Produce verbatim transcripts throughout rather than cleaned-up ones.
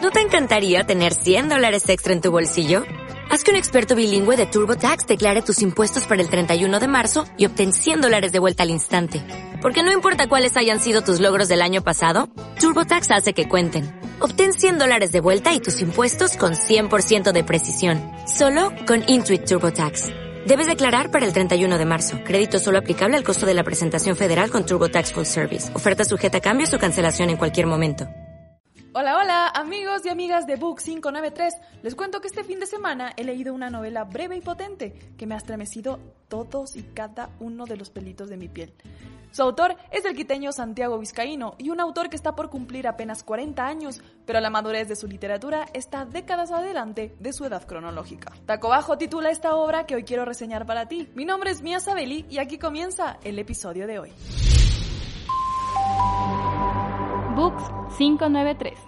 ¿No te encantaría tener cien dólares extra en tu bolsillo? Haz que un experto bilingüe de TurboTax declare tus impuestos para el treinta y uno de marzo y obtén cien dólares de vuelta al instante. Porque no importa cuáles hayan sido tus logros del año pasado, TurboTax hace que cuenten. Obtén cien dólares de vuelta y tus impuestos con cien por ciento de precisión. Solo con Intuit TurboTax. Debes declarar para el treinta y uno de marzo. Crédito solo aplicable al costo de la presentación federal con TurboTax Full Service. Oferta sujeta a cambios o cancelación en cualquier momento. Hola, hola, amigos y amigas de Book quinientos noventa y tres. Les cuento que este fin de semana he leído una novela breve y potente que me ha estremecido todos y cada uno de los pelitos de mi piel. Su autor es el quiteño Santiago Vizcaíno y un autor que está por cumplir apenas cuarenta años, pero la madurez de su literatura está décadas adelante de su edad cronológica. Taco Bajo titula esta obra que hoy quiero reseñar para ti. Mi nombre es Mía Sabelli y aquí comienza el episodio de hoy. Books quinientos noventa y tres.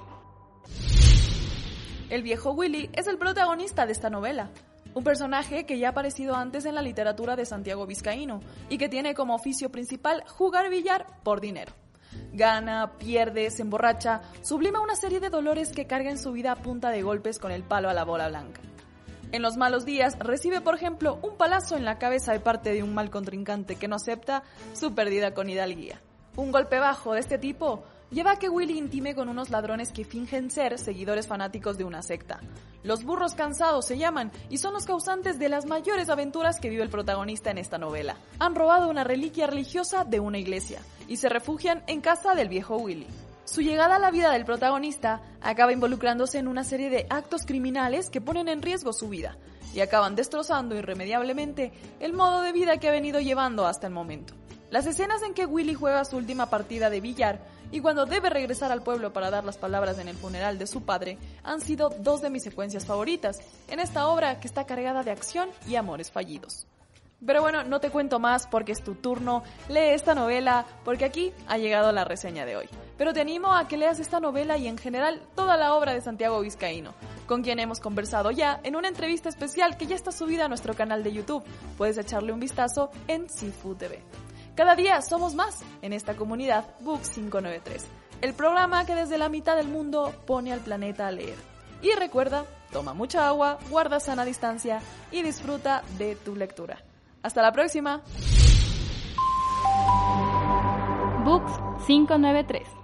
El viejo Willy es el protagonista de esta novela, un personaje que ya ha aparecido antes en la literatura de Santiago Vizcaíno y que tiene como oficio principal jugar billar por dinero. Gana, pierde, se emborracha, sublima una serie de dolores que carga en su vida a punta de golpes con el palo a la bola blanca. En los malos días recibe, por ejemplo, un palazo en la cabeza de parte de un mal contrincante que no acepta su pérdida con hidalguía. Un golpe bajo de este tipo lleva a que Willy intime con unos ladrones que fingen ser seguidores fanáticos de una secta. Los burros cansados se llaman y son los causantes de las mayores aventuras que vive el protagonista en esta novela. Han robado una reliquia religiosa de una iglesia y se refugian en casa del viejo Willy. Su llegada a la vida del protagonista acaba involucrándose en una serie de actos criminales que ponen en riesgo su vida y acaban destrozando irremediablemente el modo de vida que ha venido llevando hasta el momento. Las escenas en que Willy juega su última partida de billar y cuando debe regresar al pueblo para dar las palabras en el funeral de su padre han sido dos de mis secuencias favoritas en esta obra que está cargada de acción y amores fallidos. Pero bueno, no te cuento más porque es tu turno, lee esta novela porque aquí ha llegado la reseña de hoy. Pero te animo a que leas esta novela y en general toda la obra de Santiago Vizcaíno, con quien hemos conversado ya en una entrevista especial que ya está subida a nuestro canal de YouTube. Puedes echarle un vistazo en Sifu T V. Cada día somos más en esta comunidad Books quinientos noventa y tres, el programa que desde la mitad del mundo pone al planeta a leer. Y recuerda, toma mucha agua, guarda sana distancia y disfruta de tu lectura. ¡Hasta la próxima! Books quinientos noventa y tres.